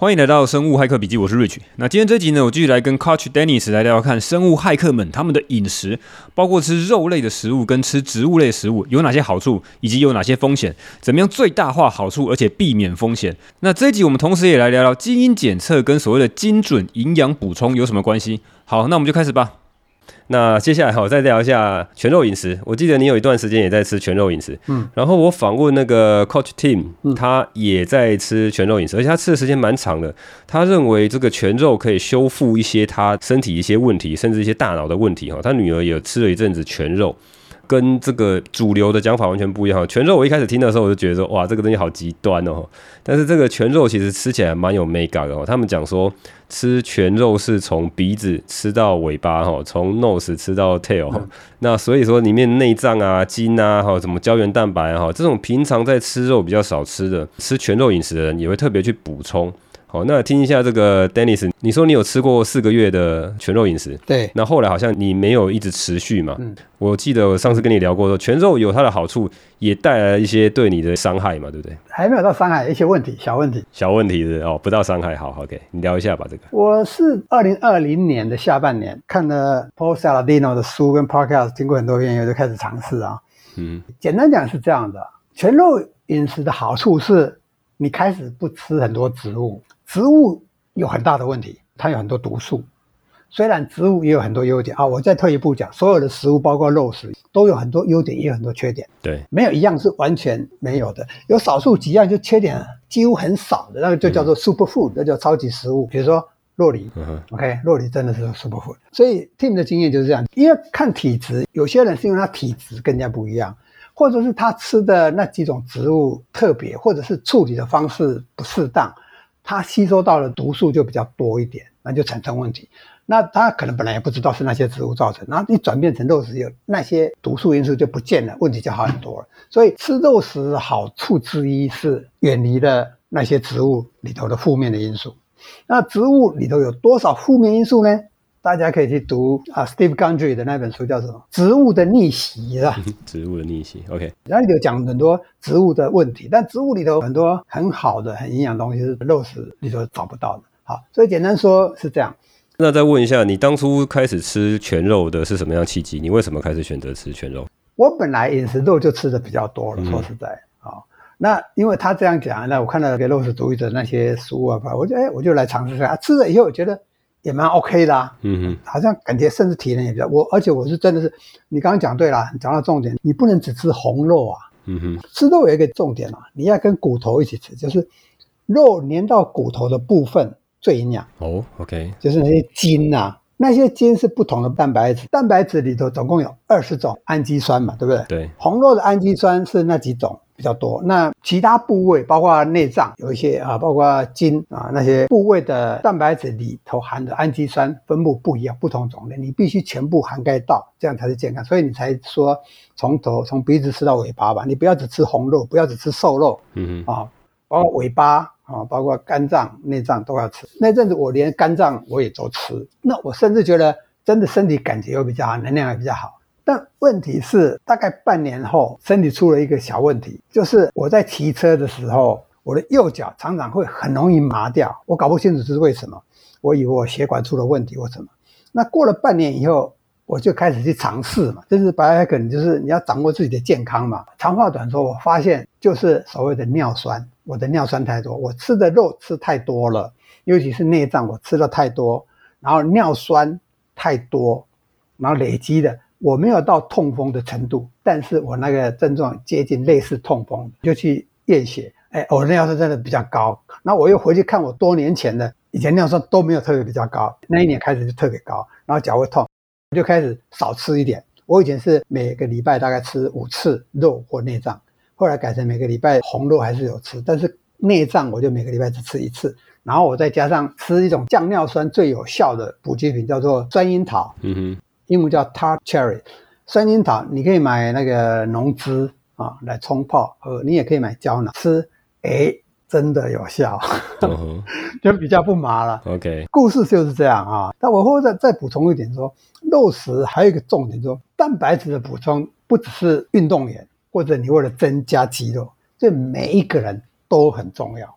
欢迎来到生物骇客笔记，我是 Rich。那今天这集呢，我继续来跟 Coach Dennis 来聊聊看生物骇客们他们的饮食，包括吃肉类的食物跟吃植物类的食物有哪些好处，以及有哪些风险，怎么样最大化好处而且避免风险。那这一集我们同时也来聊聊基因检测跟所谓的精准营养补充有什么关系。好，那我们就开始吧。 那接下来再聊一下全肉饮食。我记得你有一段时间也在吃全肉饮食，然后我访问那个 Coach Tim，他也在吃全肉饮食，而且他吃的时间蛮长的。他认为这个全肉可以修复一些他身体一些问题，甚至一些大脑的问题。他女儿也吃了一阵子全肉，跟这个主流的讲法完全不一样。全肉我一开始听的时候我就觉得说，哇，这个东西好极端哦。但是这个全肉其实吃起来蛮有美感的哦。他们讲说吃全肉是从鼻子吃到尾巴，从 nose 吃到 tail。那所以说里面内脏啊、筋啊、什么胶原蛋白啊，这种平常在吃肉比较少吃的，吃全肉饮食的人也会特别去补充。好，那听一下这个 Dennis， 你说你有吃过4个月的全肉饮食， 对， 那后来好像你没有一直持续嘛？我记得我上次跟你聊过说，全肉有它的好处，也带来了一些对你的伤害嘛，对不对？ 还没有到伤害，一些问题，小问题是哦，不到伤害。好 ，OK， 你聊一下吧，这个。 我是2020年的下半年看了 Paul Saladino 的书跟 podcast， 经过很多遍以后就开始尝试啊。简单讲是这样的，全肉饮食的好处是，你开始不吃很多植物。植物有很大的问题，它有很多毒素。虽然植物也有很多优点啊，我再退一步讲，所有的食物包括肉食都有很多优点，也有很多缺点。 对， 没有一样是完全没有的，有少数几样就缺点几乎很少的，那个就叫做 superfood，那叫超级食物。比如说酪梨，OK， 酪梨真的是 superfood。所以 Tim 的经验就是这样，因为看体质，有些人是因为他体质跟人家不一样，或者是他吃的那几种植物特别，或者是处理的方式不适当。它吸收到的毒素就比较多一点，那就产生问题。那他可能本来也不知道是那些植物造成，然后一转变成肉食，有那些毒素因素就不见了，问题就好很多了。所以吃肉食的好处之一是远离了那些植物里头的负面的因素。那植物里头有多少负面因素呢？大家可以去读Steve Gundry 的那本书，叫什么？植物的逆袭啦。 植物的逆袭 ，OK。 然后里头讲很多植物的问题，但植物里头很多很好的、很营养的东西是肉食里头找不到的。好，所以简单说是这样。 那再问一下，你当初开始吃全肉的是什么样契机？你为什么开始选择吃全肉？ 我本来饮食肉就吃的比较多了，说实在那因为他这样讲，那我看到给肉食主义者那些书啊，我就来尝试一下，吃了以后我觉得也蛮 OK 的好像感觉甚至体能也比较而且我是真的是，你刚刚讲对了，讲到重点，你不能只吃红肉啊。吃肉有一个重点你要跟骨头一起吃，就是肉粘到骨头的部分最营养。 OK， 就是那些筋那些筋是不同的蛋白质，蛋白质里头总共有20种氨基酸嘛，对不对？ 对， 红肉的氨基酸是那几种比较多，那其他部位包括内脏有一些包括筋那些部位的蛋白质里头含的氨基酸分布不一样，不同种类，你必须全部涵盖到，这样才是健康。所以你才说从鼻子吃到尾巴吧，你不要只吃红肉，不要只吃瘦肉，包括尾巴包括肝脏、内脏都要吃。那阵子我连肝脏我也都吃，那我甚至觉得真的身体感觉又比较好，能量也比较好。但问题是大概半年后身体出了一个小问题，就是我在骑车的时候，我的右脚常常会很容易麻掉，我搞不清楚是为什么，我以为我血管出了问题或什么。那过了半年以后，我就开始去尝试嘛，就是biohacking，就是你要掌握自己的健康嘛。长话短说，我发现就是所谓的尿酸，我的尿酸太多，我吃的肉吃太多了，尤其是内脏我吃的太多，然后尿酸太多，然后累积的，我没有到痛风的程度，但是我那个症状接近类似痛风，就去验血，我的尿酸真的比较高。然后我又回去看我多年前的，以前尿酸都没有特别比较高，那一年开始就特别高，然后脚会痛，我就开始少吃一点。我以前是每个礼拜大概吃5次肉或内脏，后来改成每个礼拜红肉还是有吃，但是内脏我就每个礼拜只吃1次，然后我再加上吃一种降尿酸最有效的补给品，叫做酸樱桃，英文叫 tart cherry。 酸樱桃你可以买那个浓汁来冲泡喝，你也可以买胶囊吃，真的有效就比较不麻了。 OK， 故事就是这样但我会再补充一点说，肉食还有一个重点说，蛋白质的补充不只是运动员或者你为了增加肌肉，这每一个人都很重要，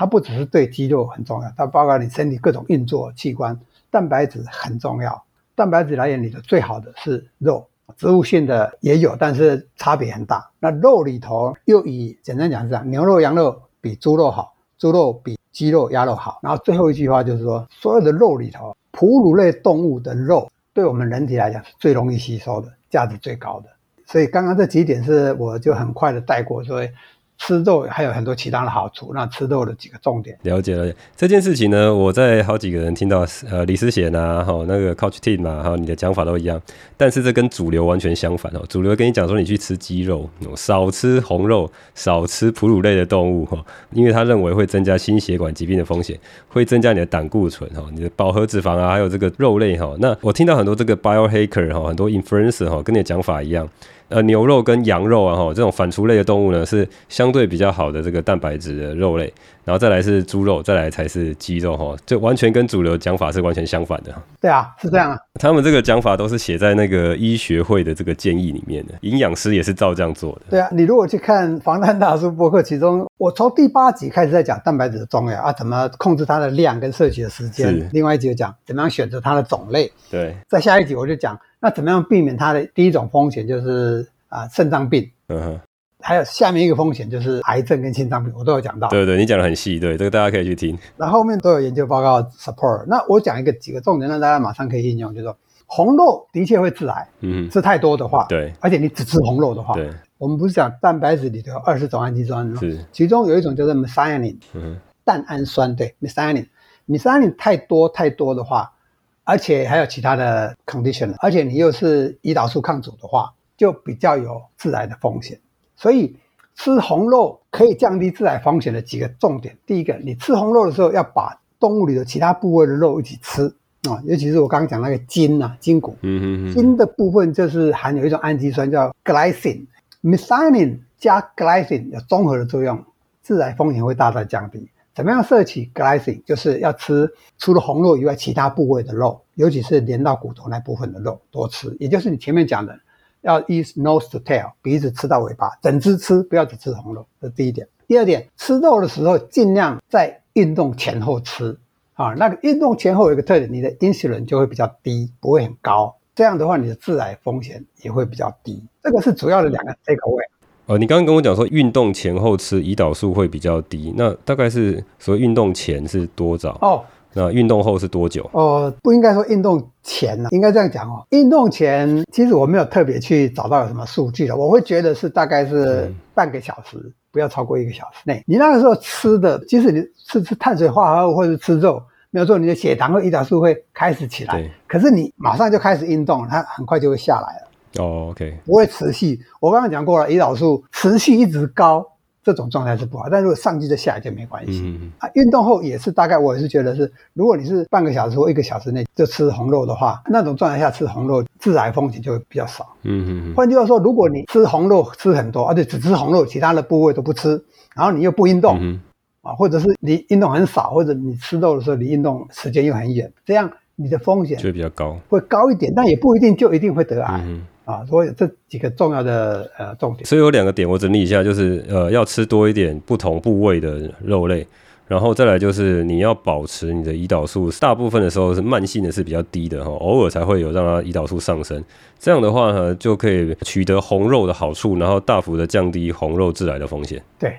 它不只是对肌肉很重要，它包括你身体各种运作器官，蛋白质很重要。蛋白质来源里的最好的是肉，植物性的也有，但是差别很大。那肉里头又以简单讲是这样，牛肉、羊肉比猪肉好，猪肉比鸡肉、鸭肉好。然后最后一句话就是说，所有的肉里头，哺乳类动物的肉对我们人体来讲是最容易吸收的，价值最高的。所以刚刚这几点是我就很快的带过，所以吃肉还有很多其他的好处，那吃肉的几个重点。 了解这件事情呢，我在好几个人听到李思贤啊，那个 Coach Tim 啊，你的讲法都一样，但是这跟主流完全相反哦。主流跟你讲说你去吃鸡肉，少吃红肉，少吃哺乳类的动物因为他认为会增加心血管疾病的风险，会增加你的胆固醇你的饱和脂肪啊，还有这个肉类那我听到很多这个 biohacker 很多 influencer 跟你的讲法一样。牛肉跟羊肉啊，这种反刍类的动物呢，是相对比较好的这个蛋白质的肉类，然后再来是猪肉，再来才是鸡肉就完全跟主流讲法是完全相反的。 对啊，是这样啊。 他们这个讲法都是写在那个医学会的这个建议里面的，营养师也是照这样做的。 对啊，你如果去看防弹大叔播客，其中我从第8集开始在讲蛋白质的重要啊，怎么控制它的量跟摄取的时间，另外一集就讲怎么样选择它的种类。 对， 在下一集我就讲那怎么样避免它的第一种风险就是肾脏病，还有下面一个风险就是癌症跟心脏病，我都有讲到。 对，你讲得很细，对，这个大家可以去听。 然后后面都有研究报告 support。那我讲几个重点，让大家马上可以应用，就是说红肉的确会致癌，吃太多的话， 对， 而且你只吃红肉的话，对，我们不是讲蛋白质里头有20种氨基酸，是，其中有一种叫做 methionine，蛋氨酸，对 methionine 太多的话，而且还有其他的 condition， 而且你又是胰岛素抗阻的话，就比较有致癌的风险。所以吃红肉可以降低致癌风险的几个重点。第一个，你吃红肉的时候要把动物里的其他部位的肉一起吃尤其是我刚刚讲那个筋筋骨，筋的部分就是含有一种氨基酸叫 glycine，methionine 加 glycine 有综合的作用，致癌风险会大大降低。怎么样摄取 glycine？ 就是要吃除了红肉以外其他部位的肉，尤其是连到骨头那部分的肉多吃，也就是你前面讲的要 eat nose to tail， 鼻子吃到尾巴，整只吃，不要只吃红肉，这是第一点。第二点，吃肉的时候尽量在运动前后吃那个运动前后有一个特点，你的 insulin 就会比较低，不会很高，这样的话你的致癌风险也会比较低。这个是主要的2个 takeaway。 你刚刚跟我讲说运动前后吃胰岛素会比较低，那大概是所谓运动前是多早？那运动后是多久？ 不应该说运动前应该这样讲运动前其实我没有特别去找到有什么数据了，我会觉得是大概是半个小时，不要超过1个小时内。你那个时候吃的，即使你是吃碳水化合物或者吃肉，没有错，你的血糖和胰岛素会开始起来，可是你马上就开始运动，它很快就会下来了。 OK， 不会持续。我刚刚讲过了，胰岛素持续一直高，这种状态是不好，但如果上去就下来就没关系。运动后也是大概我也是觉得是，如果你是半个小时或1个小时内就吃红肉的话，那种状态下吃红肉致癌风险就会比较少。换句话说，如果你吃红肉吃很多，而且只吃红肉，其他的部位都不吃，然后你又不运动或者是你运动很少，或者你吃肉的时候离运动时间又很远，这样你的风险就会比较高， 会高一点，但也不一定就一定会得癌。所以这几个重要的重点。 所以有2个点我整理一下，就是要吃多一点不同部位的肉类，然后再来就是你要保持你的胰岛素，大部分的时候是慢性的是比较低的偶尔才会有让它胰岛素上升，这样的话呢就可以取得红肉的好处，然后大幅的降低红肉致癌的风险。 对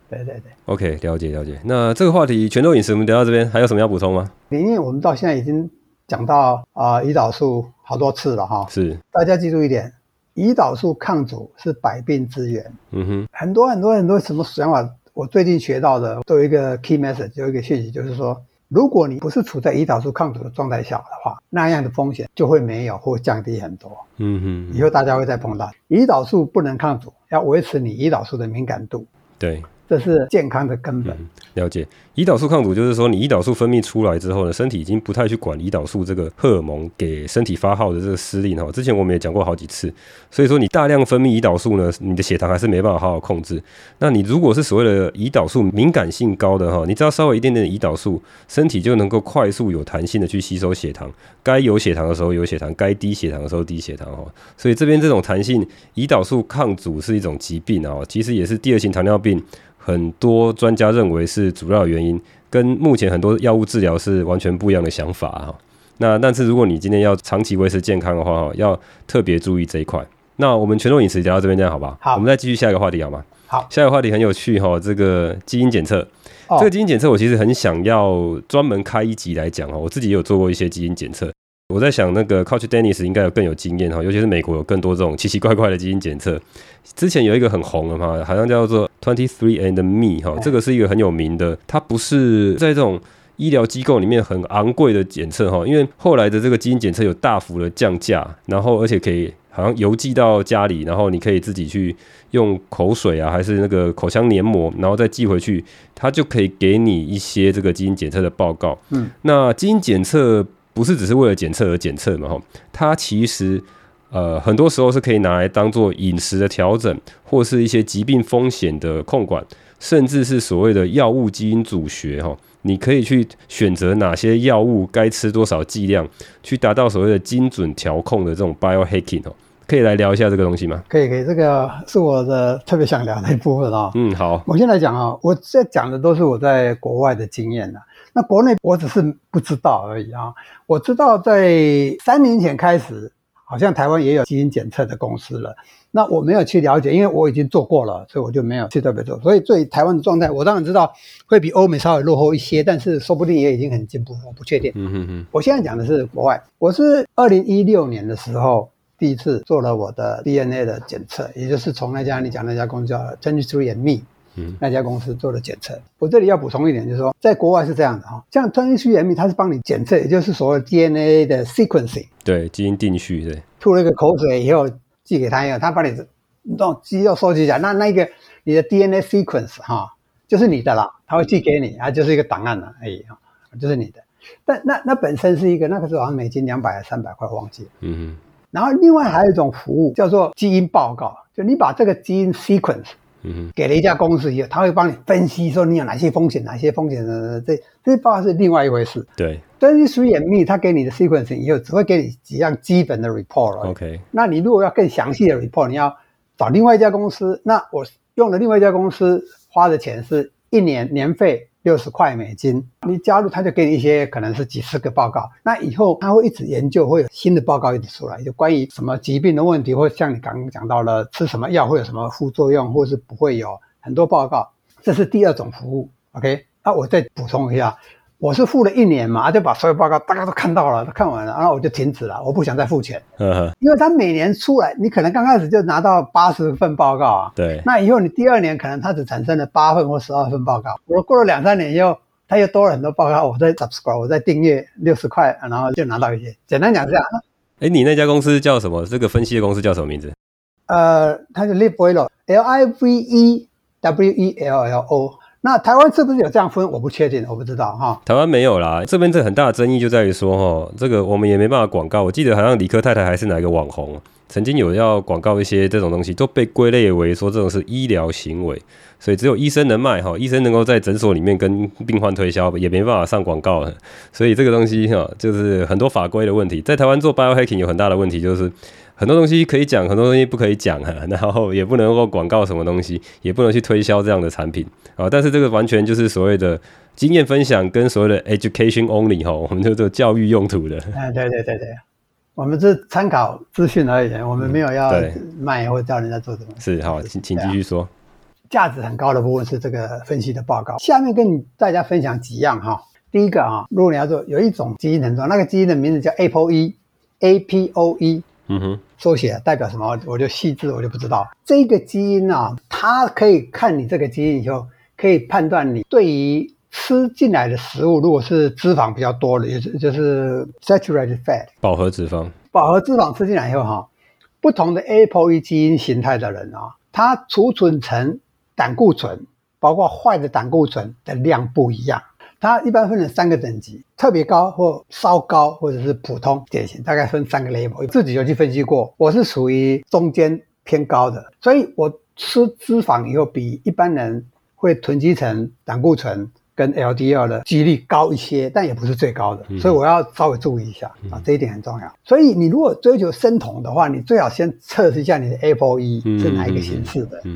OK， 了解。那这个话题全肉饮食我们聊到这边，还有什么要补充吗？ 因为我们到现在已经讲到胰岛素好多次了是，大家记住一点，胰岛素抗阻是百病之源。很多什么想法，我最近学到的都有一个 key message， 有一个讯息，就是说如果你不是处在胰岛素抗阻的状态下的话，那样的风险就会没有或降低很多。以后大家会再碰到胰岛素不能抗阻，要维持你胰岛素的敏感度。 对， 这是健康的根本。 了解。胰岛素抗阻就是说你胰岛素分泌出来之后呢，身体已经不太去管胰岛素这个荷尔蒙给身体发号的这个司令之前我们也讲过好几次，所以说你大量分泌胰岛素呢，你的血糖还是没办法好好控制。那你如果是所谓的胰岛素敏感性高的你只要稍微一点点的胰岛素，身体就能够快速有弹性的去吸收血糖，该有血糖的时候有血糖，该低血糖的时候低血糖所以这边这种弹性胰岛素抗阻是一种疾病其实也是第2型糖尿病很多专家认为是主要的原因，跟目前很多药物治疗是完全不一样的想法哈。那但是如果你今天要长期维持健康的话，要特别注意这一块。那我们全肉饮食聊到这边，这样好吧？ 好， 我们再继续下一个话题好吗？ 好， 下一个话题很有趣哈，这个基因检测。这个基因检测我其实很想要专门开一集来讲哈，我自己也有做过一些基因检测。我在想那个 Coach Dennis 应该有更有经验哈，尤其是美国有更多这种奇奇怪怪的基因检测。之前有一个很红的嘛，好像叫做 23andMe 哈，这个是一个很有名的，它不是在这种医疗机构里面很昂贵的检测哈，因为后来的这个基因检测有大幅的降价，然后而且可以好像邮寄到家里，然后你可以自己去用口水啊，还是那个口腔黏膜，然后再寄回去，它就可以给你一些这个基因检测的报告。那基因检测不是只是为了检测而检测嘛，它其实很多时候是可以拿来当做饮食的调整，或是一些疾病风险的控管，甚至是所谓的药物基因组学哈。你可以去选择哪些药物该吃多少剂量，去达到所谓的精准调控的这种 biohacking 哦。可以来聊一下这个东西吗？ 可以，这个是我的特别想聊的一部分啊。 好， 我先来讲啊，我在讲的都是我在国外的经验啊。那国内我只是不知道而已啊。我知道在3年前开始，好像台湾也有基因检测的公司了。那我没有去了解，因为我已经做过了，所以我就没有去特别做。所以对台湾的状态，我当然知道会比欧美稍微落后一些，但是说不定也已经很进步，我不确定。我现在讲的是国外，我是2016年的时候第一次做了我的 DNA 的检测，也就是从你讲那家公司叫 23andMe 那家公司做的检测。我这里要补充一点，就是说在国外是这样的哈，像 23andMe 它是帮你检测，也就是所谓 DNA 的 sequencing， 对，基因定序，对， 吐了一个口水以后寄给他以后，他把你弄肌肉收集起来，那个你的 DNA sequence 哈，就是你的啦，他会寄给你，就是一个档案了而已，就是你的。但那本身是一个，那个时候好像美金200还是300块，忘记了。然后另外还有一种服务叫做基因报告，就你把这个基因 sequence 给了一家公司以后，他会帮你分析说你有哪些风险，这些报告是另外一回事。 对 ，23andMe 他给你的 sequence 以后，只会给你几样基本的 report。OK， 那你如果要更详细的 report， 你要找另外一家公司。那我用的另外一家公司花的钱是1年年费60块美金，你加入他就给你一些可能是几十个报告，那以后他会一直研究，会有新的报告一直出来，就关于什么疾病的问题，或像你刚刚讲到了吃什么药会有什么副作用，或是不会有，很多报告。这是第二种服务。 OK， 那我再补充一下，我是付了1年嘛，就把所有报告大家都看到了，都看完了，然后我就停止了，我不想再付钱。因为他每年出来，你可能刚开始就拿到80份报告啊， 对， 那以后你第2年可能它只产生了8份或12份报告，我过了2-3年以后，它又多了很多报告，我再 subscribe， 我再订阅60块，然后就拿到一些。简单讲这样。 你那家公司叫什么？这个分析的公司叫什么名字？ 它是 Livewell Livewello。那台湾是不是有这样分？我不确定，我不知道哈。 台湾没有啦，这边这很大的争议就在于说这个我们也没办法广告。我记得好像理科太太还是哪一个网红，曾经有要广告一些这种东西，都被归类为说这种是医疗行为，所以只有医生能卖医生能够在诊所里面跟病患推销，也没办法上广告。所以这个东西就是很多法规的问题。在台湾做 biohacking 有很大的问题，就是很多东西可以讲，很多东西不可以讲，然后也不能够广告什么东西，也不能去推销这样的产品。但是这个完全就是所谓的经验分享跟所谓的 education only， 我们就做教育用途的。 对，我们是参考资讯而已，我们没有要卖或叫人家做什么。 是，好，请继续说。 价值很高的部分是这个分析的报告。下面跟大家分享几样哈。第一个如果你要做，有一种基因很重要，那个基因的名字叫 APOE。缩写代表什么？我就细致我就不知道。这个基因它可以看你这个基因以后，可以判断你对于吃进来的食物，如果是脂肪比较多的，也就是 saturated fat 饱和脂肪吃进来以后不同的 APOE 基因形态的人它储存成胆固醇，包括坏的胆固醇的量不一样。它一般分成3个等级，特别高或稍高或者是普通典型，大概分3个 level。自己有去分析过，我是属于中间偏高的，所以我吃脂肪以后比一般人会囤积成胆固醇跟 LDL 的几率高一些，但也不是最高的，所以我要稍微注意一下这一点很重要。所以你如果追求生酮的话，你最好先测试一下你的 ApoE 是哪一个形式的。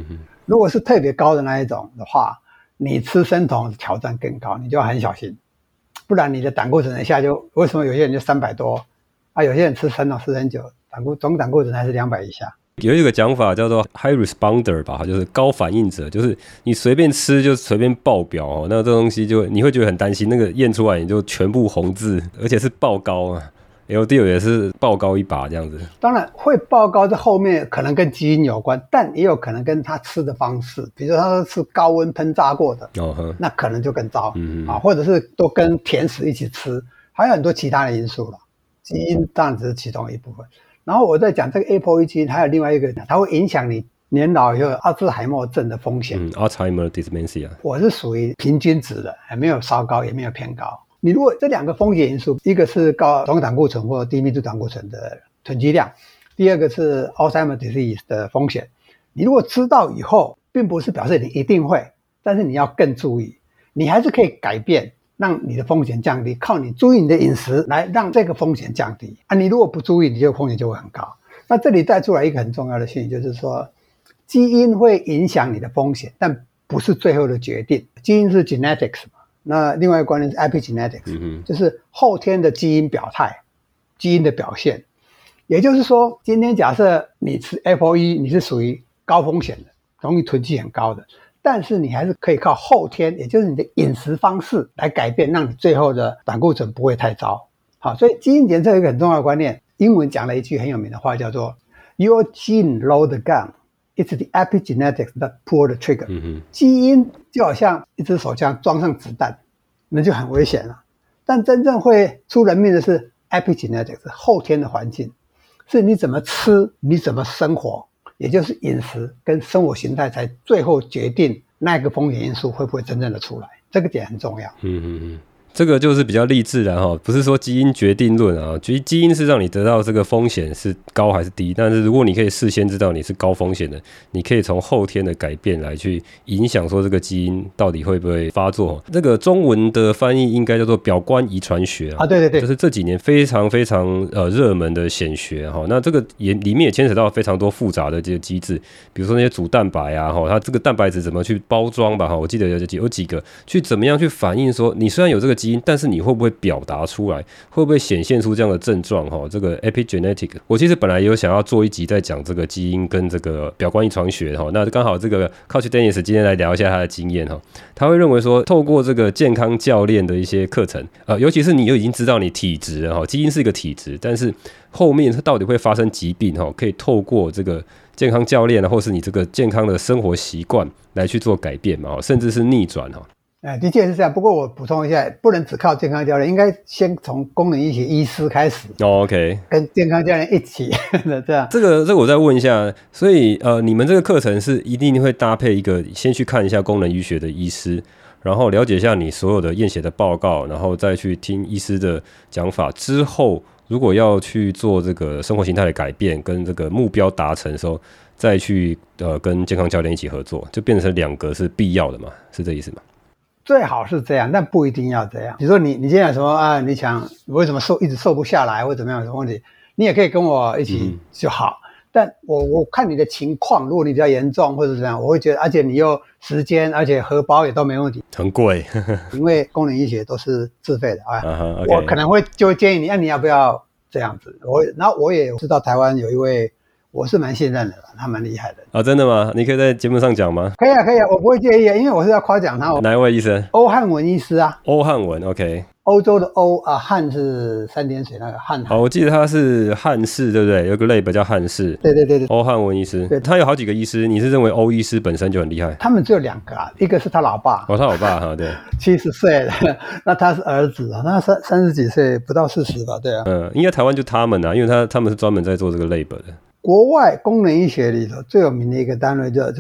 如果是特别高的那一种的话，你吃生酮挑战更高，你就要很小心，不然你的胆固醇一下就，为什么有些人就300多啊，有些人吃生酮吃很久，总胆固醇还是200以下。 有一个讲法叫做 high responder 吧，就是高反应者，就是你随便吃就随便爆表哦，那这东西就你会觉得很担心，那个验出来你就全部红字，而且是爆高啊。LDL 也是爆高一把这样子。 当然会爆高，在后面可能跟基因有关，但也有可能跟他吃的方式，比如说他是高温烹炸过的，那可能就更糟啊，或者是都跟甜食一起吃，还有很多其他的因素了。基因当然只是其中一部分。然后我在讲这个 ApoE 基因，还有另外一个，它会影响你年老以后阿兹海默症的风险。 Alzheimer dementia。我是属于平均值的，还没有稍高，也没有偏高。你如果这两个风险因素，一个是高总胆固醇或低密度胆固醇的囤积量，第二个是 Alzheimer disease 的风险。你如果知道以后，并不是表示你一定会，但是你要更注意，你还是可以改变。让你的风险降低，靠你注意你的饮食来让这个风险降低啊！你如果不注意，你这个风险就会很高。那这里带出来一个很重要的信息，就是说基因会影响你的风险，但不是最后的决定。基因是 genetics 嘛，那另外一个观念是 epigenetics，就是后天的基因表态、基因的表现。也就是说，今天假设你吃 ApoE， 你是属于高风险的，容易囤积很高的。但是你还是可以靠后天，也就是你的饮食方式来改变，让你最后的胆固醇不会太糟。好，所以基因检测有一个很重要的观念，英文讲了一句很有名的话，叫做 Your gene load the gun, it's the epigenetics that pull the trigger。基因就好像一支手枪装上子弹，那就很危险了。但真正会出人命的是 epigenetics， 后天的环境，是你怎么吃，你怎么生活。也就是饮食跟生活形态才最后决定那个风险因素会不会真正的出来，这个点很重要。 这个就是比较励志的哈，不是说基因决定论啊，基因是让你得到这个风险是高还是低，但是如果你可以事先知道你是高风险的，你可以从后天的改变来去影响说这个基因到底会不会发作。这个中文的翻译应该叫做表观遗传学啊， 对对对， 就是这几年非常非常热门的显学哈。那这个也里面也牵扯到非常多复杂的这个机制，比如说那些主蛋白啊，它这个蛋白质怎么去包装吧，我记得有几个去怎么样去反映说你虽然有这个基因，但是你会不会表达出来，会不会显现出这样的症状？这个 epigenetic， 我其实本来有想要做一集在讲这个基因跟这个表观遗传学，那刚好这个 Coach Dennis 今天来聊一下他的经验，他会认为说，透过这个健康教练的一些课程，尤其是你已经知道你体质了，基因是一个体质，但是后面它到底会发生疾病，可以透过这个健康教练或是你这个健康的生活习惯来去做改变嘛，甚至是逆转。 的确是这样，不过我补充一下，不能只靠健康教练，应该先从功能医学医师开始。 OK， 跟健康教练一起这样。 这个我再问一下，所以你们这个课程是一定会搭配一个先去看一下功能医学的医师，然后了解一下你所有的验血的报告，然后再去听医师的讲法之后，如果要去做这个生活形态的改变跟这个目标达成的时候，再去跟健康教练一起合作，就变成两个是必要的嘛？是这意思吗？ 最好是这样，但不一定要这样。比如说你今天有什么啊？你想为什么一直瘦不下来，或怎么样有什么问题，你也可以跟我一起就好。但我看你的情况，如果你比较严重或者怎么样，我会觉得，而且你又时间，而且荷包也都没问题， 很贵， 因为功能医学都是自费的啊。 Okay. 我可能就会建议你，你要不要这样子？然后我也知道台湾有一位。我是蛮信任的，他蛮厉害的啊！真的吗？你可以在节目上讲吗？ 可以啊，我不会介意啊，因为我是要夸奖他。 哪一位医生？ 欧汉文医师啊。 欧汉文 ，OK。 欧洲的欧啊，汉是3点水那个汉。 我记得他是汉氏，对不对？有个类别叫汉氏。 对。 欧汉文医师，对，他有好几个医师。你是认为欧医师本身就很厉害？ 他们只有2个啊，一个是他老爸。 他老爸哈，对 ，70岁了，那他是儿子啊，他30几岁，不到40吧，对啊。 应该台湾就他们啊，因为他们是专门在做这个类别的。 国外功能医学里头最有名的一个单位就是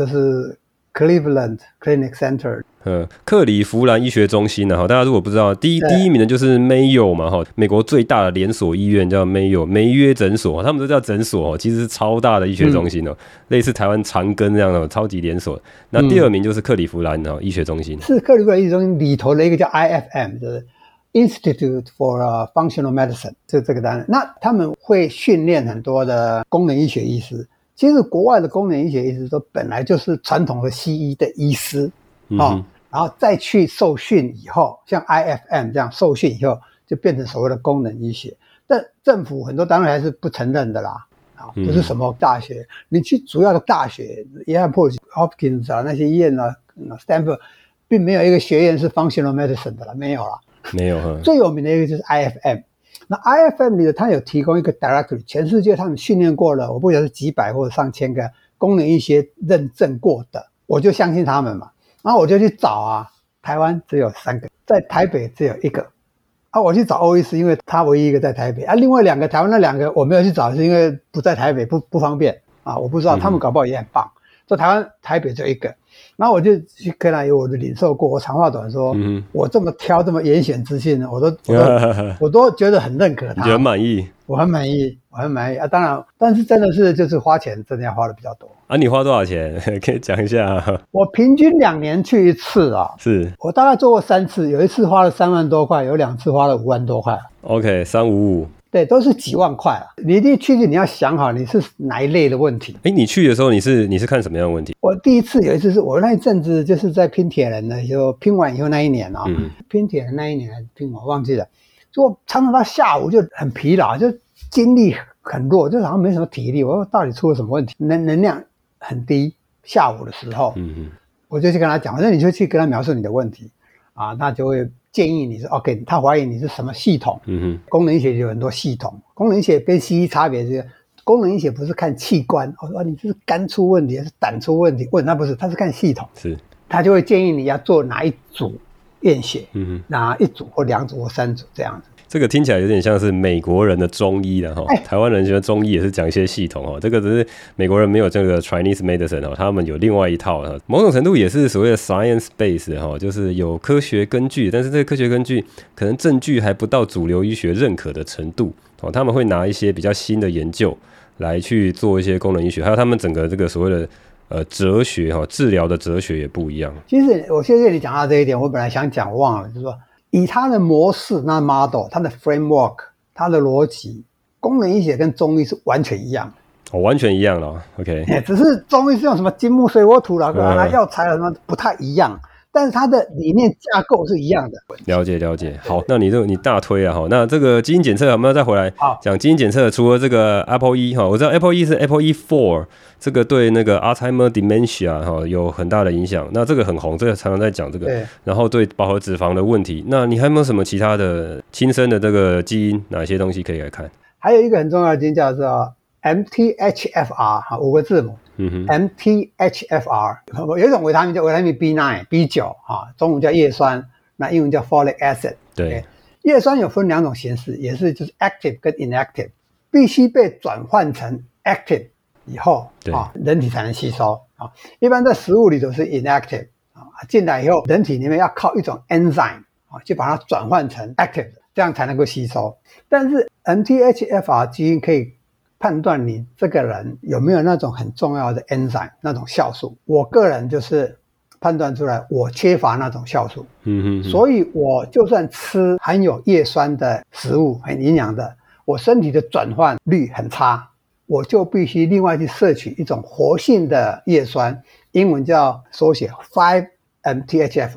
Cleveland Clinic Center， 克里夫兰医学中心大家如果不知道，第一名的就是 Mayo 嘛，美国最大的连锁医院叫 Mayo 梅约诊所，他们都叫诊所，其实是超大的医学中心类似台湾长庚这样的超级连锁。那第2名就是克里夫兰医学中心， 是克里夫兰医学中心里头的一个叫 IFM， 就是 Institute for Functional Medicine， 这个单位。那他们会训练很多的功能医学医师， 其实国外的功能医学一直都本来就是传统的西医的医师然后再去受训以后，像 IFM 这样受训以后，就变成所谓的功能医学。但政府很多单位还是不承认的啦，不是什么大学，你去主要的大学，约翰霍普 Hopkins 那些医院Stanford 并没有一个学院是 functional medicine 的啦，没有啦， 没有。 最有名的一个就是 IFM。那 IFM 里的它有提供一个 directory， 全世界他们训练过了，我不晓得是几百或者上千个功能医学认证过的，我就相信他们嘛。然后我就去找台湾只有3个，在台北只有1个。我去找欧医师，因为他唯一一个在台北另外2个台湾那2个我没有去找，是因为不在台北，不方便我不知道，他们搞不好也很棒。所以台北只有1个。然后我就去跟他有我的领受过，我长话短说，我这么挑这么严选资讯呢，我都觉得很认可他， 你觉得很满意？ 我很满意当然，但是真的是就是花钱真的要花的比较多你花多少钱？可以讲一下我平均2年去1次是我大概做过3次，有1次花了3万多块，有2次花了5万多块。 OK， 355。 对，都是几万块你一定去你要想好你是哪一类的问题。 你去的时候你是看什么样的问题？ 我第一次有一次是我那一阵子就是在拼铁人的，就拼完以后那一年拼铁人那一年还是拼我忘记了，就常常到下午就很疲劳，就精力很弱，就好像没什么体力。我说到底出了什么问题？能量很低。下午的时候，我就去跟他讲，那你就去跟他描述你的问题他就会建议你是 OK， 他怀疑你是什么系统。功能医学有很多系统，功能医学跟西医差别是，功能医学不是看器官，你这是肝出问题还是胆出问题？那不是，他是看系统。 是， 他就会建议你要做哪一组验血，哪一组或2组或3组这样子。 这个听起来有点像是美国人的中医了台湾人觉得中医也是讲一些系统这个只是美国人没有这个 Chinese medicine 他们有另外一套某种程度也是所谓的 science base 就是有科学根据，但是这个科学根据可能证据还不到主流医学认可的程度他们会拿一些比较新的研究来去做一些功能医学，还有他们整个这个所谓的哲学治疗的哲学也不一样。 其实我谢谢你讲到这一点，我本来想讲忘了，就是说以它的模式、那 model、它的 framework、它的逻辑，功能医学跟中医是完全一样的。 完全一样了 ，OK。 只是中医是用什么金木水火土药材什么不太一样，但是它的理念架构是一样的。 了解。好，那你大推那这个基因检测我们要再回来讲基因检测。除了这个 ApoE 我知道 ApoE 是 ApoE4， 这个对那个 Alzheimer dementia 有很大的影响。那这个很红，这个常常在讲这个。然后对饱和脂肪的问题，那你还有没有什么其他的亲生的这个基因，哪些东西可以来看？ 还有一个很重要的基因叫做 MTHFR 5个字母。MTHFR 有一种维他命叫维他命 B9、B9 中文叫叶酸，那英文叫 folic acid。 对， 叶酸有分2种形式，也是就是 active 跟 inactive， 必须被转换成 active 以后人体才能吸收一般在食物里头是 inactive 进来以后人体里面要靠一种 enzyme 去把它转换成 active， 这样才能够吸收。但是 MTHFR 基因可以判断你这个人有没有那种很重要的 enzyme 那种酵素。我个人就是判断出来我缺乏那种酵素，所以我就算吃含有叶酸的食物很营养的，我身体的转换率很差，我就必须另外去摄取一种活性的叶酸，英文叫缩写 5-MTHF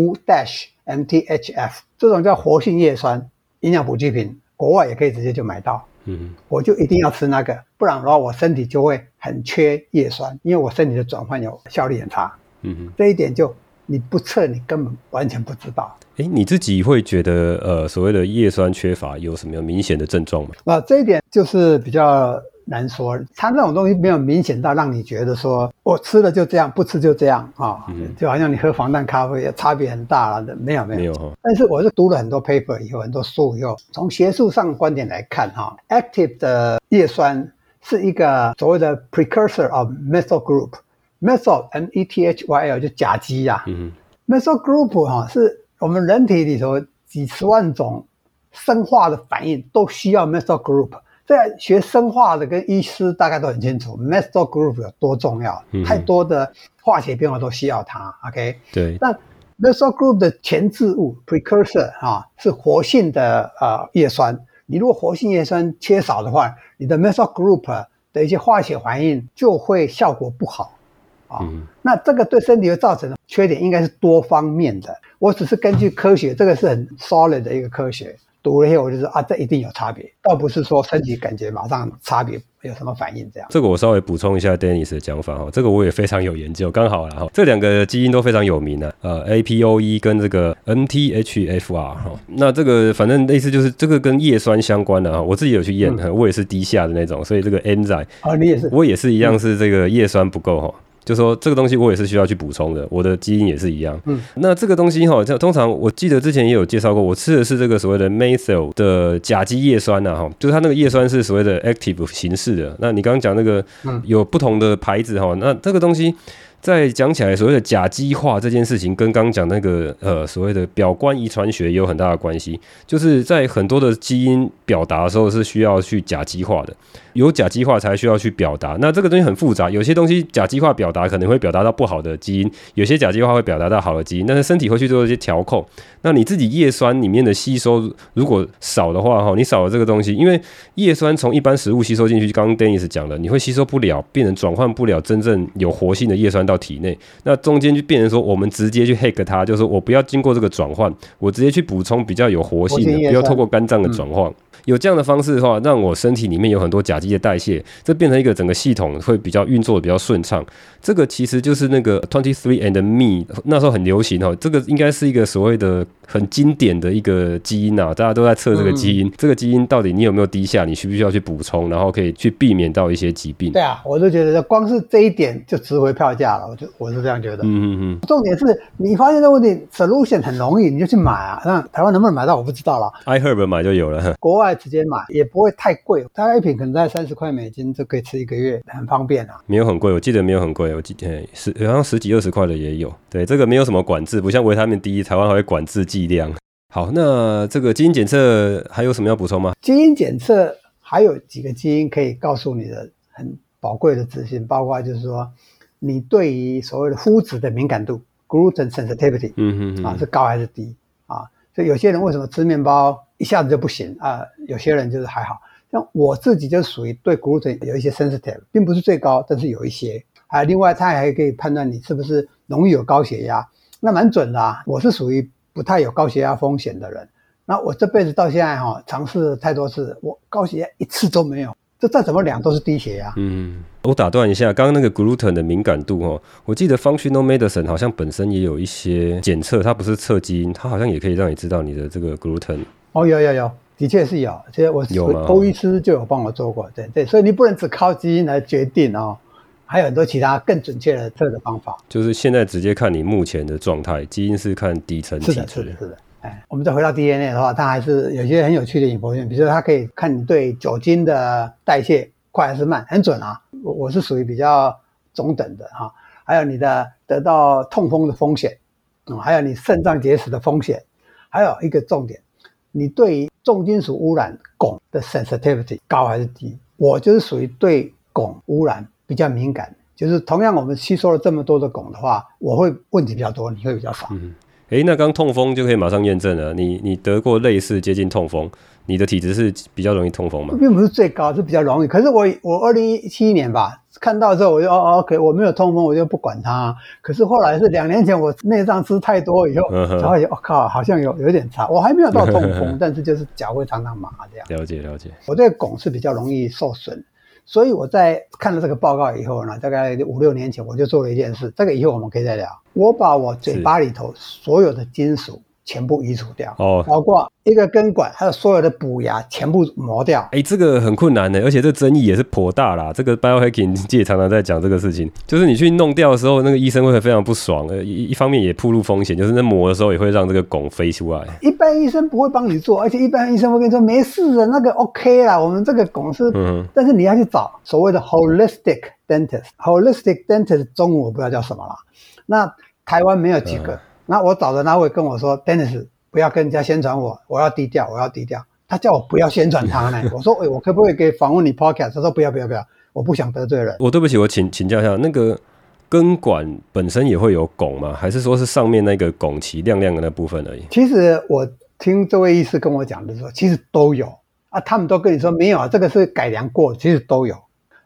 5-MTHF， 这种叫活性叶酸营养补给品，国外也可以直接就买到。我就一定要吃那个，不然的话我身体就会很缺叶酸，因为我身体的转换有效率很差。这一点就你不测你根本完全不知道。 你自己会觉得所谓的叶酸缺乏有什么明显的症状吗？ 这一点就是比较难说，它那种东西没有明显到让你觉得说我吃了就这样，不吃就这样就好像你喝防弹咖啡差别很大了，没有。但是我是读了很多 paper 以后，很多书以后，从学术上的观点来看active 的叶酸是一个所谓的 precursor of methyl group。methyl M-E-T-H-Y-L 就甲基methyl group 是我们人体里头几十万种生化的反应都需要 methyl group。在学生化的跟医师大概都很清楚 methyl group 有多重要，太多的化学变化都需要它 OK。 对， 但 methyl group 的前置物 precursor 是活性的叶酸，你如果活性叶酸缺少的话，你的 methyl group 的一些化学反应就会效果不好那这个对身体会造成的缺点应该是多方面的。我只是根据科学，这个是很 solid 的一个科学，读了以后我就说这一定有差别，倒不是说身体感觉马上差别有什么反应这样。 这个我稍微补充一下 Dennis 的讲法这个我也非常有研究，刚好啦这两个基因都非常有名APOE 跟这个 MTHFR 那这个反正类似就是这个跟叶酸相关的我自己有去验我也是低下的那种，所以这个 enzyme 你也是， 我也是一样是这个叶酸不够就说这个东西我也是需要去补充的，我的基因也是一样那这个东西通常我记得之前也有介绍过，我吃的是这个所谓的 methyl 的甲基叶酸就是它那个叶酸是所谓的 active 形式的。那你刚刚讲那个有不同的牌子那这个东西再讲起来，所谓的甲基化这件事情跟刚刚讲那个所谓的表观遗传学也有很大的关系，就是在很多的基因表达的时候是需要去甲基化的，有甲基化才需要去表达。那这个东西很复杂，有些东西甲基化表达可能会表达到不好的基因，有些甲基化会表达到好的基因，但是身体会去做一些调控。那你自己叶酸里面的吸收如果少的话你少了这个东西，因为叶酸从一般食物吸收进去，刚刚 Dennis 讲的，你会吸收不了，变成转换不了真正有活性的叶酸到体内，那中间就变成说我们直接去 hack 它，就是说我不要经过这个转换，我直接去补充比较有活性的，不要透过肝脏的转换有这样的方式的话，让我身体里面有很多甲基的代谢，这变成一个整个系统会比较运作的比较顺畅。这个其实就是那个 23andMe 那时候很流行这个应该是一个所谓的很经典的一个基因大家都在测这个基因这个基因到底你有没有低下，你需不需要去补充，然后可以去避免到一些疾病。 对我就觉得光是这一点就值回票价了，我是这样觉得重点是你发现这个问题 solution 很容易，你就去买那台湾能不能买到我不知道啦， iHerb 买就有了， 国外直接买也不会太贵，大概一瓶可能在30块美金就可以吃1个月，很方便没有很贵，我记得没有很贵，我记得好像10几20块的也有。对，这个没有什么管制，不像维他命 D 台湾还会管制剂量。好，那这个基因检测还有什么要补充吗？ 基因检测还有几个基因可以告诉你的很宝贵的资讯，包括就是说你对于所谓的麸质的敏感度 gluten sensitivity 是高还是低所以有些人为什么吃面包一下子就不行有些人就是还好，像我自己就属于对 gluten 有一些 sensitive， 并不是最高，但是有一些另外它还可以判断你是不是容易有高血压，那蛮准的我是属于不太有高血压风险的人，那我这辈子到现在尝试了太多次，我高血压一次都没有，这再怎么量都是低血压。 我打断一下，刚刚那个 gluten 的敏感度我记得 functional medicine 好像本身也有一些检测，它不是测基因，它好像也可以让你知道你的这个 gluten。 有，的确是有，其实我欧医师就有帮我做过，对，所以你不能只靠基因来决定还有很多其他更准确的测的方法。 就是现在直接看你目前的状态，基因是看底层体质。 是的。我们再回到 DNA 的话，它还是有些很有趣的information，比如说它可以看你对酒精的代谢快还是慢，很准我是属于比较中等的还有你的得到痛风的风险还有你肾脏结石的风险，还有一个重点，你对于重金属污染汞的 sensitivity 高还是低。我就是属于对汞污染比较敏感，就是同样我们吸收了这么多的汞的话，我会问题比较多，你会比较少。 那刚痛风就可以马上验证了，你得过类似接近痛风，你的体质是比较容易痛风吗？ 并不是最高，是比较容易。可是我2017年吧看到之后，我就OK， 我没有痛风，我就不管它。可是后来是2年前，我内脏吃太多以后，才发现靠，好像有点差。我还没有到痛风，但是就是脚会常常麻这样。 了解。 我对汞是比较容易受损，所以我在看了这个报告以后呢，大概5-6年前我就做了一件事，这个以后我们可以再聊。我把我嘴巴里头所有的金属全部移除掉包括一个根管还有所有的补牙全部磨掉。 这个很困难的，而且这争议也是颇大啦。这个 biohacking 界常常在讲这个事情，就是你去弄掉的时候，那个医生会非常不爽，一方面也暴露风险，就是那磨的时候也会让这个汞飞出来。 一般医生不会帮你做，而且一般医生会跟你说没事的，那个 OK 啦，我们这个汞是但是你要去找所谓的 holistic dentist。holistic dentist 中文我不知道叫什么啦，那台湾没有几个那我找的那位跟我说 Dennis 不要跟人家宣传我要低调他叫我不要宣传他呢我说我可不可以访问你 podcast？ 他说不要我不想得罪人。 对不起，我请教一下，那个根管本身也会有汞吗？还是说是上面那个汞旗亮亮的那部分而已？ 其实我听这位医师跟我讲的时候，其实都有他们都跟你说没有这个是改良过，其实都有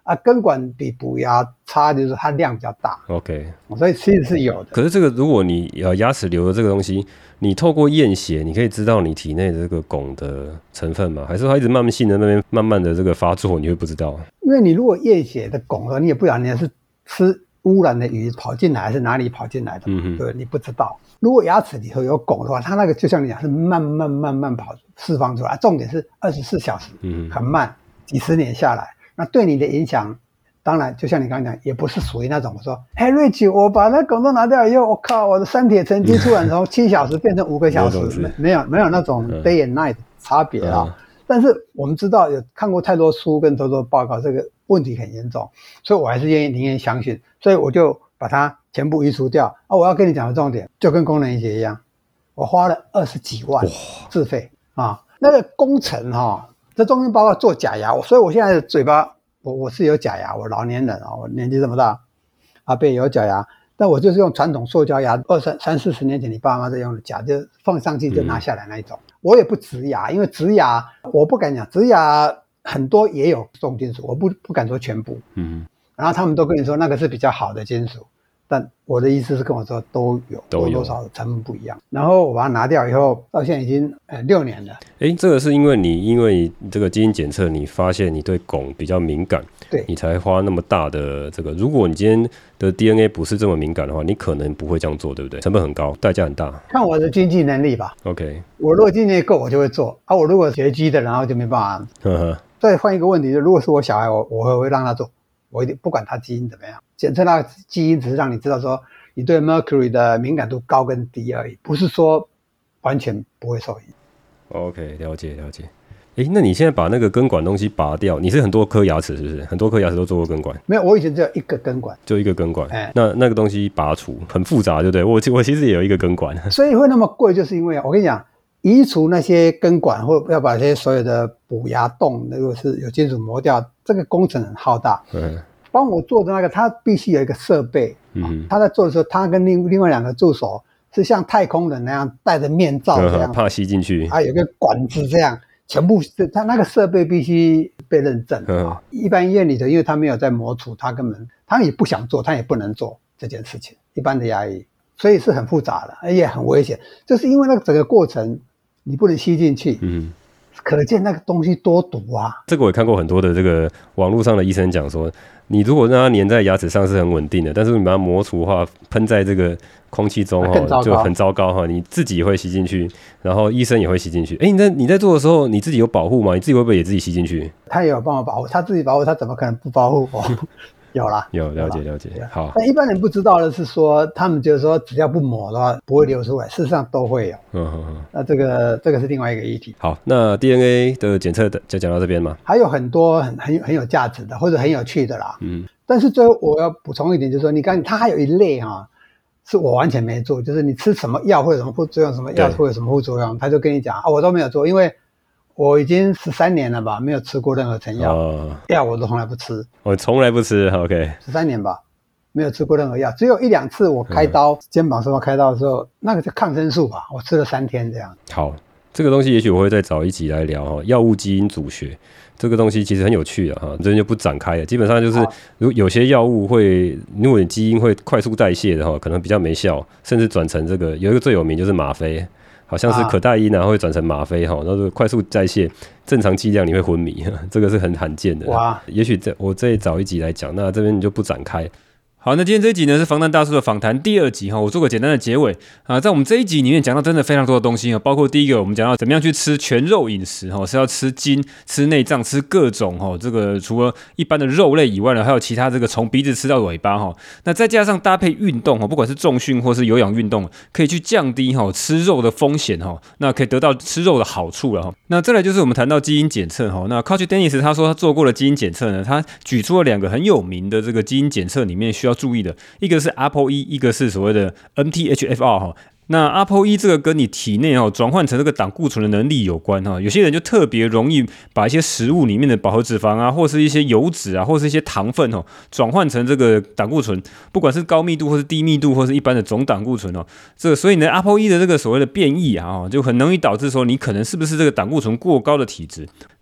根管比补牙差，就是它量比较大。 OK， 所以其实是有的。 可是这个如果你牙齿留的这个东西，你透过验血，你可以知道你体内的这个汞的成分吗？还是它一直慢性的那边慢慢的这个发作，你会不知道？ 因为你如果验血的汞的话，你也不晓得你是吃污染的鱼跑进来还是哪里跑进来的，对，你不知道。如果牙齿里头有汞的话，它那个就像你讲是慢慢跑释放出来，重点是24小时，很慢，几十年下来，那对你的影响，当然就像你刚刚讲，也不是属于那种我说，嘿瑞奇，我把那汞都拿掉以后，我靠，我的三铁成绩突然从7小时变成5个小时，没有那种 day and night 差别啊。但是我们知道有看过太多书跟太多报告，这个问题很严重，所以我还是宁愿相信，所以我就把它全部移除掉。我要跟你讲的重点，就跟功能医学一样，我花了20几万自费啊，那个工程这中间包括做假牙，所以我现在的嘴巴我是有假牙，我老年人我年纪这么大，阿伯有假牙，但我就是用传统塑胶牙，30-40年前你爸妈在用的假，就放上去就拿下来那一种。我也不植牙，因为植牙我不敢讲，植牙很多也有重金属，我不敢说全部。然后他们都跟你说那个是比较好的金属，但我的意思是跟我说都有多少成分不一样。然后我把它拿掉以后，到现在已经6年了。 这个是因为你这个基因检测，你发现你对汞比较敏感， 对， 你才花那么大的这个。如果你今天的 DNA 不是这么敏感的话，你可能不会这样做，对不对？成本很高，代价很大。 看我的经济能力吧。 OK， 我如果经济能力够，我就会做我如果学鸡的，然后就没办法。再换一个问题，如果是我小孩，我会让他做。我一定不管他基因怎么样，检测那个基因只是让你知道说你对 mercury 的敏感度高跟低而已，不是说完全不会受影。 OK， 了解。那你现在把那个根管东西拔掉，你是很多颗牙齿是不是？很多颗牙齿都做过根管？ 没有，我以前只有一个根管， 就一个根管。那个东西拔除很复杂，对不对？我其实也有一个根管， 所以会那么贵，就是因为我跟你讲，移除那些根管或要把这些所有的补牙洞，如果是有金属磨掉，这个工程很浩大。帮我做的那个，他必须有一个设备。他在做的时候，他跟另外2个助手是像太空人那样戴着面罩这样， 怕吸进去。 有个管子这样，全部他那个设备必须被认证。一般医院里头，因为他没有在磨除，他也不想做，他也不能做这件事情。一般的牙医，所以是很复杂的，而且很危险。就是因为那个整个过程你不能吸进去。可见那个东西多毒啊！ 这个我也看过很多的这个网络上的医生讲说，你如果让它粘在牙齿上是很稳定的，但是你把它磨除的话，喷在这个空气中就很糟糕你自己也会吸进去，然后医生也会吸进去。你在做的时候，你自己有保护吗？你自己会不会也自己吸进去？ 他也有帮我保护，他自己保护，他怎么可能不保护我？有啦， 有了解。好， 但一般人不知道的是说，他们觉得说只要不抹的话不会流出来，事实上都会有。那这个是另外一个议题。 好，那 DNA 的检测就讲到这边嘛。 还有很多很有价值的或者很有趣的啦。但是最后我要补充一点，就是说它还有一类是我完全没做，就是你吃什么药会有什么副作用，什么药会有什么副作用，他就跟你讲我都没有做，因为我已经13年了吧，没有吃过任何成药，药我都从来不吃。 我从来不吃 ，OK， 13年吧，没有吃过任何药，只有1-2次我开刀，肩膀受到开刀的时候，那个是抗生素吧，我吃了3天这样。 好，这个东西也许我会再找一集来聊药物基因组学。这个东西其实很有趣的这边就不展开了。基本上就是，有些药物如果你基因会快速代谢的可能比较没效，甚至转成这个有一个最有名就是吗啡。好像是可待因会转成吗啡然后快速代谢，正常剂量你会昏迷，这个是很罕见的。哇，也许我再找一集来讲，那这边你就不展开。好，那今天这一集呢是防弹大叔的访谈第2集我做个简单的结尾在我们这一集里面讲到真的非常多的东西包括第一个我们讲到怎么样去吃全肉饮食是要吃筋、吃内脏、吃各种这个除了一般的肉类以外呢，还有其他这个从鼻子吃到尾巴那再加上搭配运动不管是重训或是有氧运动，可以去降低吃肉的风险那可以得到吃肉的好处了那再来就是我们谈到基因检测那 Coach Dennis 他说他做过的基因检测呢，他举出了2个很有名的这个基因检测里面需要注意的，一个是 ApoE， 一个是所谓的 MTHFR那 ApoE 这个跟你体内转换成这个胆固醇的能力有关有些人就特别容易把一些食物里面的饱和脂肪或是一些油脂或是一些糖分转换成这个胆固醇，不管是高密度或是低密度或是一般的总胆固醇所以呢 ApoE 的这个所谓的变异就很容易导致说你可能是不是这个胆固醇过高的体质。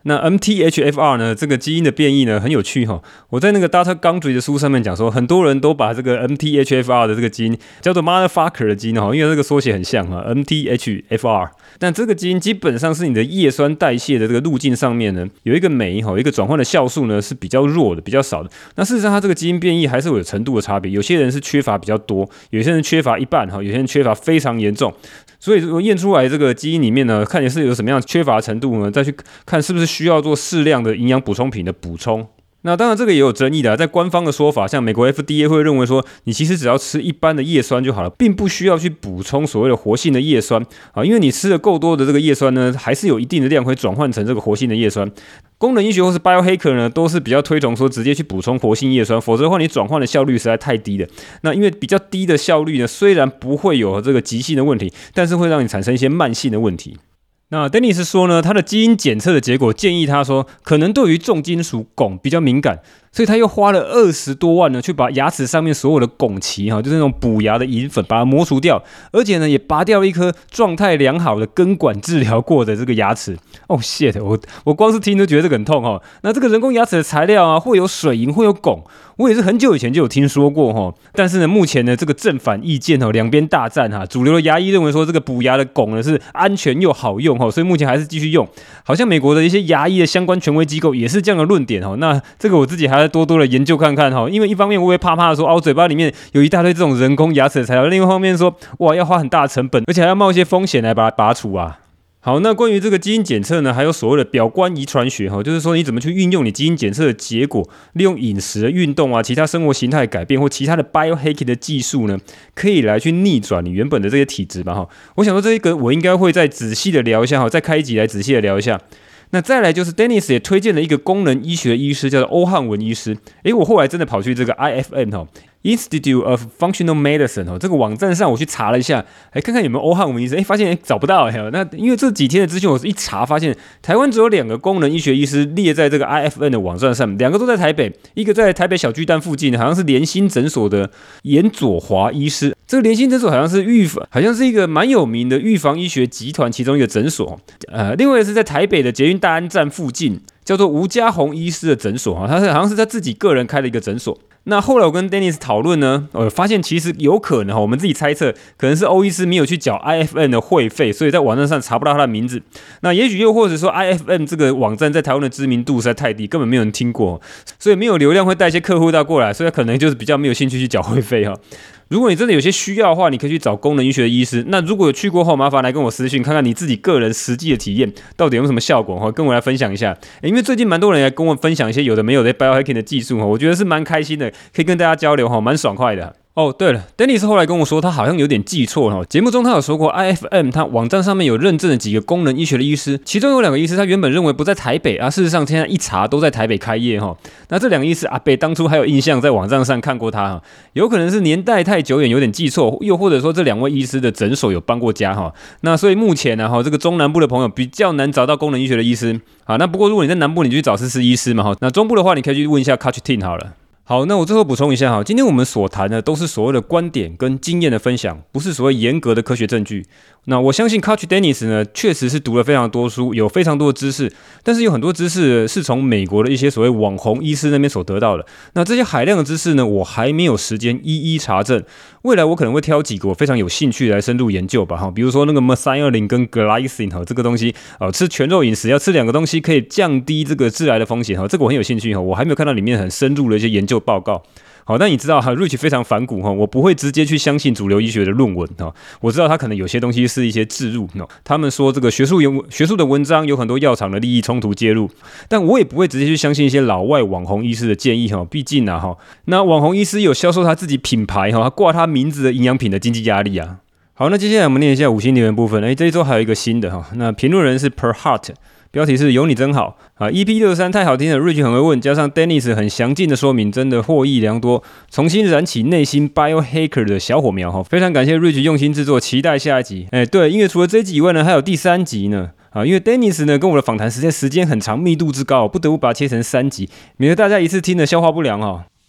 那 MTHFR 呢，这个基因的变异呢很有趣哈。我在那个 Dr. Gundry 的书上面讲说，很多人都把这个 MTHFR 的这个基因叫做 motherfucker 的基因哈，因为这个缩写很像哈 MTHFR。但这个基因基本上是你的叶酸代谢的这个路径上面呢，有一个酶哈，一个转换的酵素呢是比较弱的，比较少的。那事实上它这个基因变异还是会有程度的差别，有些人是缺乏比较多，有些人缺乏一半哈，有些人缺乏非常严重。所以如果验出来这个基因里面呢，看你是有什么样缺乏程度呢，再去看是不是需要做适量的营养补充品的补充。那当然这个也有争议的在官方的说法，像美国 FDA 会认为说，你其实只要吃一般的叶酸就好了，并不需要去补充所谓的活性的叶酸啊，因为你吃了够多的这个叶酸呢，还是有一定的量会转换成这个活性的叶酸。功能医学或是 biohacker 呢，都是比较推崇说直接去补充活性叶酸，否则的话你转换的效率实在太低了。那因为比较低的效率呢，虽然不会有这个急性的问题，但是会让你产生一些慢性的问题。那 Dennis 说呢，他的基因检测的结果建议他说，可能对于重金属汞比较敏感，所以他又花了20多万呢，去把牙齿上面所有的汞齐哈，就是那种补牙的银粉，把它磨除掉，而且呢，也拔掉一颗状态良好的根管治疗过的这个牙齿。哦 shit， 我光是听都觉得这个很痛哈。那这个人工牙齿的材料啊，会有水银，会有汞，我也是很久以前就有听说过哈。但是呢，目前呢，这个正反意见哈，两边大战哈。主流的牙医认为说，这个补牙的汞呢是安全又好用哈，所以目前还是继续用。好像美国的一些牙医的相关权威机构也是这样的论点哈。那这个我自己还要多多的研究看看哈，因为一方面我会怕的说，我嘴巴里面有一大堆这种人工牙齿的材料，另一方面说，哇，要花很大的成本，而且还要冒一些风险来把它拔除啊。好，那关于这个基因检测呢，还有所谓的表观遗传学哈，就是说你怎么去运用你基因检测的结果，利用饮食、运动啊、其他生活形态改变或其他的 biohacking 的技术呢，可以来去逆转你原本的这些体质吧哈。我想说这一个我应该会再仔细的聊一下哈，再开一集来仔细的聊一下。那再来就是 Dennis 也推荐了一个功能医学的医师，叫做欧汉文医师。我后来真的跑去这个 IFM 哈 Institute of Functional Medicine 哈这个网站上我去查了一下，看看有没有欧汉文医师，发现找不到那因为这几天的资讯我一查发现，台湾只有2个功能医学医师列在这个 IFM 的网站上，2个都在台北，一个在台北小巨蛋附近，好像是联心诊所的严佐华医师。这个联心诊所好像是一个蛮有名的预防医学集团其中一个诊所，另外是在台北的捷运大安站附近，叫做吴家宏医师的诊所他好像是他自己个人开的一个诊所。那后来我跟 Dennis 讨论呢，发现其实有可能我们自己猜测，可能是欧医师没有去缴 IFM 的会费，所以在网站上查不到他的名字。那也许又或者说 IFM 这个网站在台湾的知名度实在太低，根本没有人听过，所以没有流量会带一些客户到过来，所以他可能就是比较没有兴趣去缴会费如果你真的有些需要的话，你可以去找功能医学的医师。那如果有去过后，麻烦来跟我私讯，看看你自己个人实际的体验到底有什么效果跟我来分享一下。因为最近蛮多人来跟我分享一些有的没有的 biohacking 的技术我觉得是蛮开心的，可以跟大家交流蛮爽快的。对了 ，Dennis 后来跟我说，他好像有点记错了节目中他有说过 ，IFM 他网站上面有认证的几个功能医学的医师，其中有2个医师他原本认为不在台北事实上现在一查都在台北开业那这2个医师阿北当初还有印象在网站上看过他有可能是年代太久远有点记错，又或者说这2位医师的诊所有搬过家那所以目前呢这个中南部的朋友比较难找到功能医学的医师那不过如果你在南部你就去找思思医师嘛那中部的话你可以去问一下 Coach Team 好了。好，那我最后补充一下今天我们所谈的都是所谓的观点跟经验的分享，不是所谓严格的科学证据。那我相信 Coach Dennis 呢，确实是读了非常多书，有非常多的知识，但是有很多知识是从美国的一些所谓网红医师那边所得到的。那这些海量的知识呢，我还没有时间一一查证。未来我可能会挑几个我非常有兴趣来深入研究吧比如说那个 methionine 跟 glycine 这个东西吃全肉饮食要吃2个东西可以降低这个致癌的风险这个我很有兴趣我还没有看到里面很深入的一些研究报告。好，但你知道Rich 非常反骨我不会直接去相信主流医学的论文我知道他可能有些东西是一些置入他们说这个学术的文章有很多药厂的利益冲突介入，但我也不会直接去相信一些老外网红医师的建议毕竟那网红医师有销售他自己品牌他挂他名字的营养品的经济压力好，那接下来我们念一下5星留言部分这一周还有一个新的那评论人是 Per Heart，标题是有你真好EP63 太好听了 Rich 很会问，加上 Dennis 很详尽的说明，真的获益良多，重新燃起内心 biohacker 的小火苗非常感谢 Rich 用心制作，期待下一集对，因为除了这一集以外呢还有第3集呢因为 Dennis 呢跟我的访谈时间很长，密度之高不得不把它切成3集，免得大家一次听的消化不良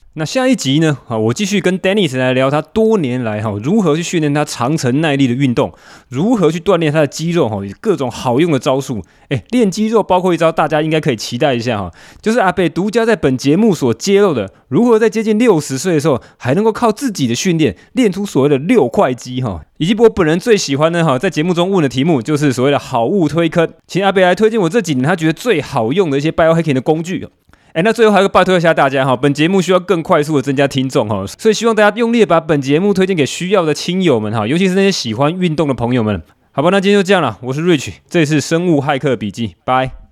那下一集呢？我继续跟 Dennis 来聊他多年来如何去训练他长程耐力的运动，如何去锻炼他的肌肉各种好用的招数。练肌肉包括一招大家应该可以期待一下就是阿伯独家在本节目所揭露的，如何在接近60岁的时候还能够靠自己的训练练出所谓的6块肌以及我本人最喜欢的在节目中问的题目就是所谓的好物推坑，请阿伯来推荐我这几年他觉得最好用的一些 biohacking 的工具。那最后还要拜托一下大家本节目需要更快速的增加听众所以希望大家用力的把本节目推荐给需要的亲友们尤其是那些喜欢运动的朋友们。好吧，那今天就这样了，我是 Rich， 这里是生物骇客笔记，拜。